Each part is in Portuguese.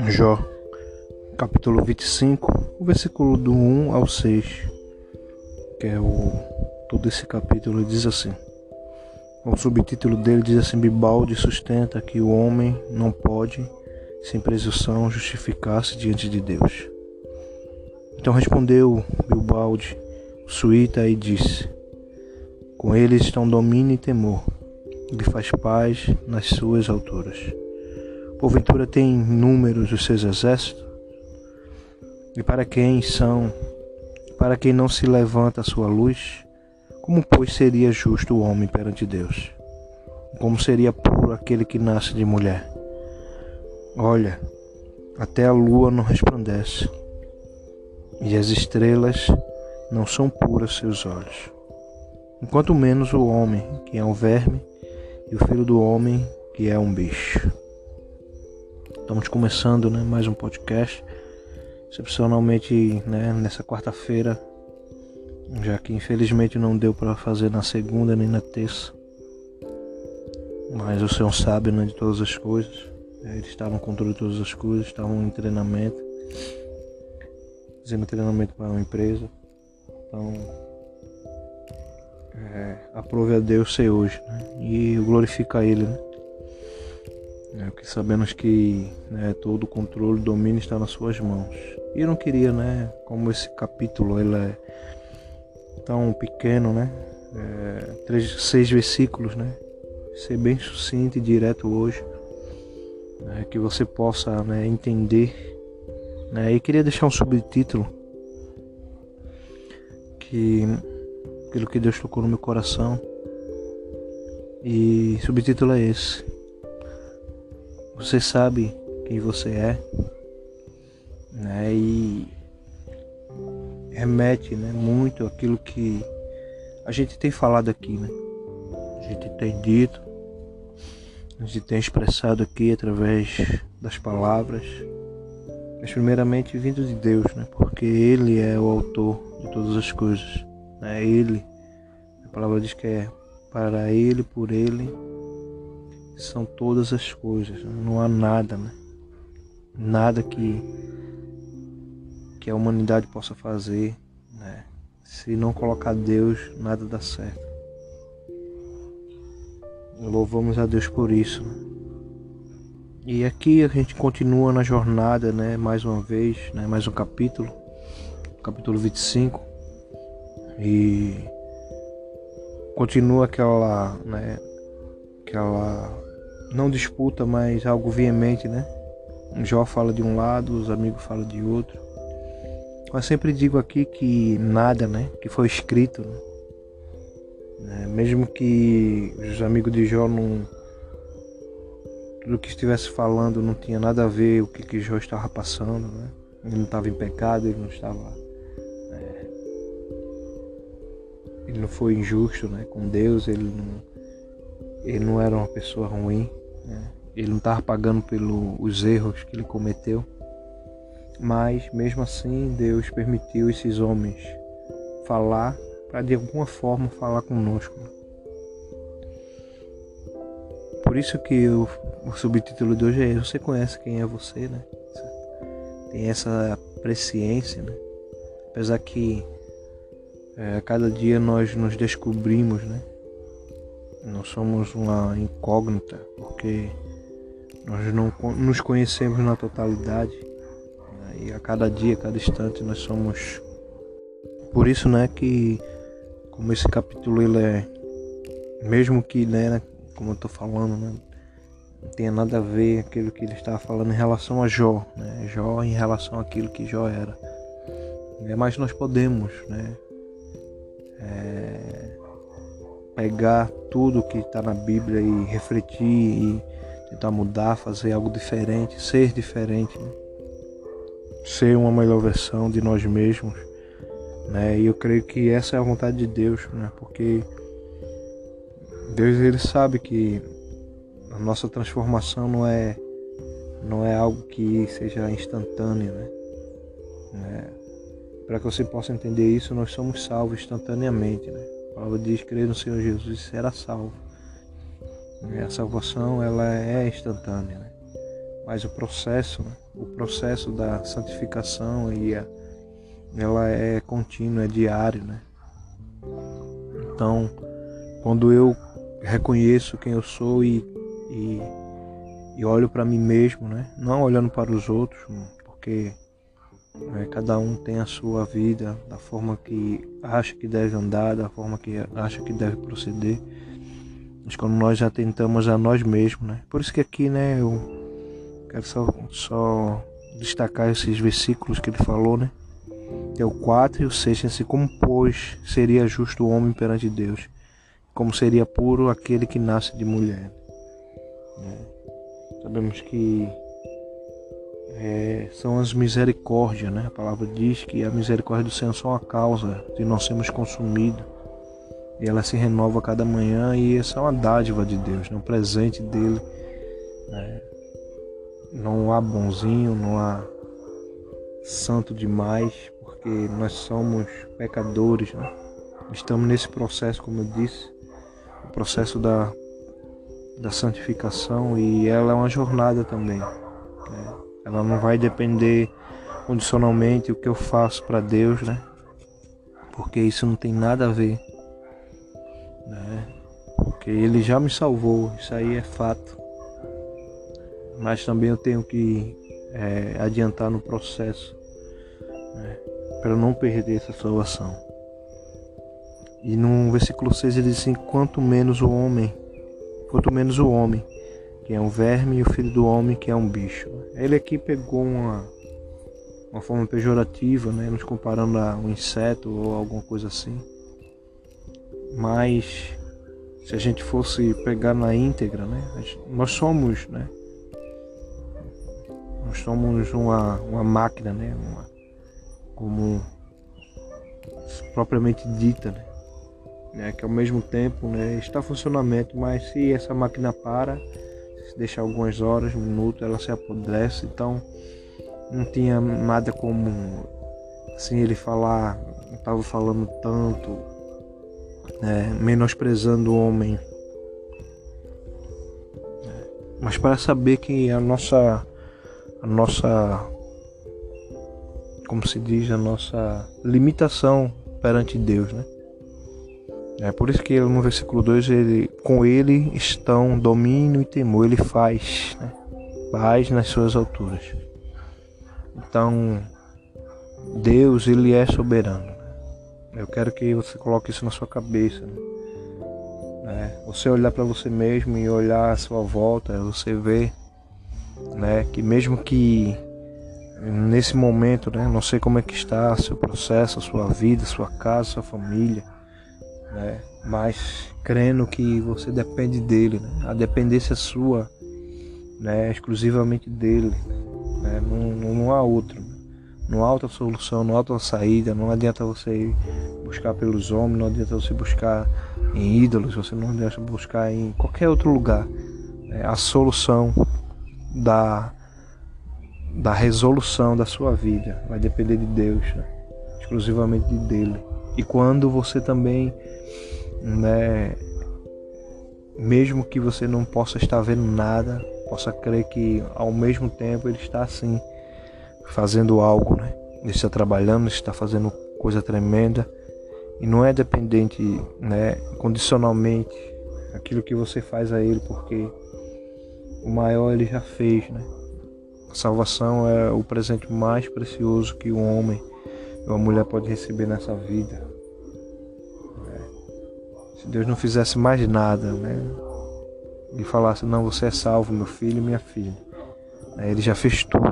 Jó, capítulo 25, o versículo do 1 ao 6, que é todo esse capítulo, diz assim. O subtítulo dele diz assim: Bibalde sustenta que o homem não pode, sem presunção, justificar-se diante de Deus. Então respondeu Bibalde, o suíta, e disse: Com ele estão domínio e temor, ele faz paz nas suas alturas. Porventura tem números os seus exércitos? E para quem não se levanta a sua luz? Como, pois, seria justo o homem perante Deus? Como seria puro aquele que nasce de mulher? Olha, até a lua não resplandece, e as estrelas não são puras seus olhos. Enquanto menos o homem, que é um verme, e o filho do homem, que é um bicho. Estamos começando, mais um podcast, excepcionalmente, nessa quarta-feira, já que infelizmente não deu para fazer na segunda nem na terça. Mas o Senhor sabe, de todas as coisas. Ele está no controle de todas as coisas, estavam em treinamento, fazendo treinamento para uma empresa. Então, aprove a Deus ser hoje, e glorifica Ele, Porque sabemos que todo o controle, o domínio está nas suas mãos. E eu não queria, como esse capítulo ele é tão pequeno, 6 versículos, ser bem sucinto e direto hoje, que você possa entender, e queria deixar um subtítulo aquilo que Deus tocou no meu coração, e o subtítulo é esse: você sabe quem você é, e remete muito àquilo que a gente tem falado aqui, a gente tem dito, a gente tem expressado aqui através das palavras, mas primeiramente vindo de Deus, porque Ele é o autor de todas as coisas, Ele, a palavra diz que é para Ele, por Ele são todas as coisas, não há nada, nada que a humanidade possa fazer, se não colocar Deus, nada dá certo. Louvamos a Deus por isso, E aqui a gente continua na jornada, mais uma vez, mais um capítulo 25, e continua aquela não disputa, mas algo veemente, Jó fala de um lado, os amigos falam de outro. Mas sempre digo aqui que nada, que foi escrito, mesmo que os amigos de Jó tudo que estivesse falando não tinha nada a ver o que Jó estava passando, Ele não estava em pecado, ele não estava, ele não foi injusto, com Deus, ele não era uma pessoa ruim, Ele não estava pagando pelos erros que ele cometeu. Mas mesmo assim Deus permitiu esses homens falar, para de alguma forma falar conosco. Por isso que o subtítulo de hoje é: você conhece quem é você, Tem essa presciência, Apesar que a cada dia nós nos descobrimos, Nós somos uma incógnita, porque nós não nos conhecemos na totalidade, e a cada dia, a cada instante nós somos. Por isso, que como esse capítulo ele é, mesmo que, como eu estou falando, não tenha nada a ver aquilo que ele estava falando em relação a Jó, Jó em relação àquilo que Jó era, mas nós podemos, pegar tudo que está na Bíblia e refletir e tentar mudar, fazer algo diferente, ser diferente, ser uma melhor versão de nós mesmos, E eu creio que essa é a vontade de Deus, porque Deus, ele sabe que a nossa transformação não é algo que seja instantâneo, Para que você possa entender isso, nós somos salvos instantaneamente, A palavra diz: crer no Senhor Jesus e será salvo. A salvação, ela é instantânea, mas o processo da santificação ela é contínua, é diário, né? Então, quando eu reconheço quem eu sou e olho para mim mesmo, né? Não olhando para os outros, porque cada um tem a sua vida, da forma que acha que deve andar, da forma que acha que deve proceder. Mas quando nós atentamos a nós mesmos, né? Por isso que aqui, né, eu quero só destacar esses versículos que ele falou, né? Que é o 4 e o 6, assim, como pois seria justo o homem perante Deus, como seria puro aquele que nasce de mulher. Sabemos que são as misericórdias, né? A palavra diz que a misericórdia do Senhor são a causa de nós sermos consumidos, e ela se renova a cada manhã, e essa é uma dádiva de Deus, um presente dele, né? Não há bonzinho, não há santo demais, porque nós somos pecadores, né? Estamos nesse processo, como eu disse, o processo da santificação, e ela é uma jornada também, né? Ela não vai depender condicionalmente o que eu faço para Deus, né? Porque isso não tem nada a ver, né? Porque Ele já me salvou, isso aí é fato. Mas também eu tenho que adiantar no processo, né? Para não perder essa salvação. E no versículo 6 ele diz assim: quanto menos o homem, que é um verme, e o filho do homem, que é um bicho. Ele aqui pegou uma forma pejorativa, né, nos comparando a um inseto ou alguma coisa assim. Mas se a gente fosse pegar na íntegra, né, nós somos, né, uma máquina, né, como propriamente dita, né, que ao mesmo tempo, né, está em funcionamento, mas se essa máquina para, se deixar algumas horas, minutos, ela se apodrece. Então não tinha nada como assim ele falar, não estava falando tanto, né, menosprezando o homem, mas para saber que a nossa, como se diz, a nossa limitação perante Deus, né? É por isso que no versículo 2, com ele estão domínio e temor, ele faz, né? Paz nas suas alturas. Então, Deus, ele é soberano. Eu quero que você coloque isso na sua cabeça, né? Você olhar para você mesmo e olhar à sua volta, você vê, né, que mesmo que nesse momento, né, não sei como é que está seu processo, a sua vida, sua casa, sua família, né, mas crendo que você depende dele, né, a dependência sua, né, exclusivamente dele, né, não há outro, não há outra solução, não há outra saída. Não adianta você ir buscar pelos homens, não adianta você buscar em ídolos, você não adianta buscar em qualquer outro lugar. A solução da resolução da sua vida vai depender de Deus, né? Exclusivamente dele. E quando você também, né, mesmo que você não possa estar vendo nada, possa crer que ao mesmo tempo ele está assim, fazendo algo, né? Ele está trabalhando, ele está fazendo coisa tremenda, e não é dependente, né, condicionalmente aquilo que você faz a ele, porque o maior ele já fez, né? A salvação é o presente mais precioso que um homem ou uma mulher pode receber nessa vida. Se Deus não fizesse mais nada, né, e falasse: não, você é salvo, meu filho e minha filha, ele já fez tudo.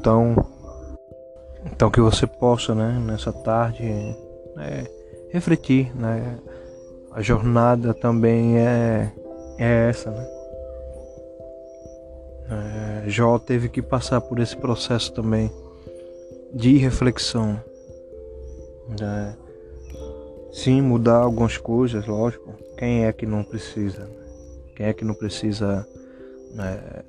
Então que você possa, né, nessa tarde, refletir, né? A jornada também é essa, né? Jó teve que passar por esse processo também de reflexão, né? Sim, mudar algumas coisas, lógico. Quem é que não precisa? Quem é que não precisa, né,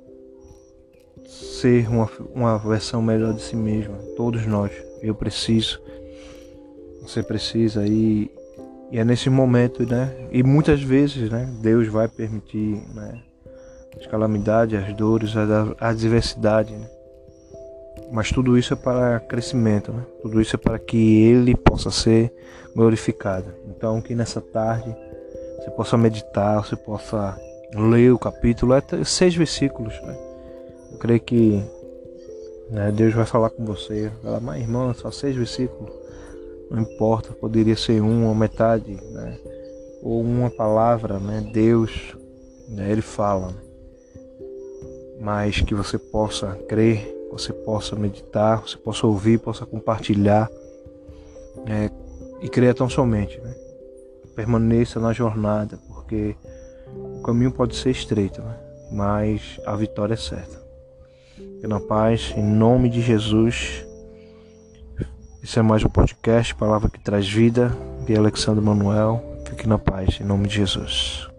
ser uma versão melhor de si mesmo? Todos nós. Eu preciso, você precisa, e é nesse momento, né? E muitas vezes, né, Deus vai permitir, né, as calamidades, as dores, a adversidade, né? Mas tudo isso é para crescimento, né? Tudo isso é para que Ele possa ser glorificado. Então que nessa tarde você possa meditar, você possa ler o capítulo, até 6 versículos, né? Eu creio que, né, Deus vai falar com você, vai falar, mas irmão, só 6 versículos, não importa, poderia ser uma metade, né? Ou uma palavra, né? Deus, né, Ele fala, né? Mas que você possa crer, você possa meditar, você possa ouvir, possa compartilhar, né? E crer tão somente, né? Permaneça na jornada, porque o caminho pode ser estreito, né? Mas a vitória é certa. Fique na paz, em nome de Jesus. Esse é mais um podcast, Palavra que Traz Vida, de Alexandre Manuel. Fique na paz, em nome de Jesus.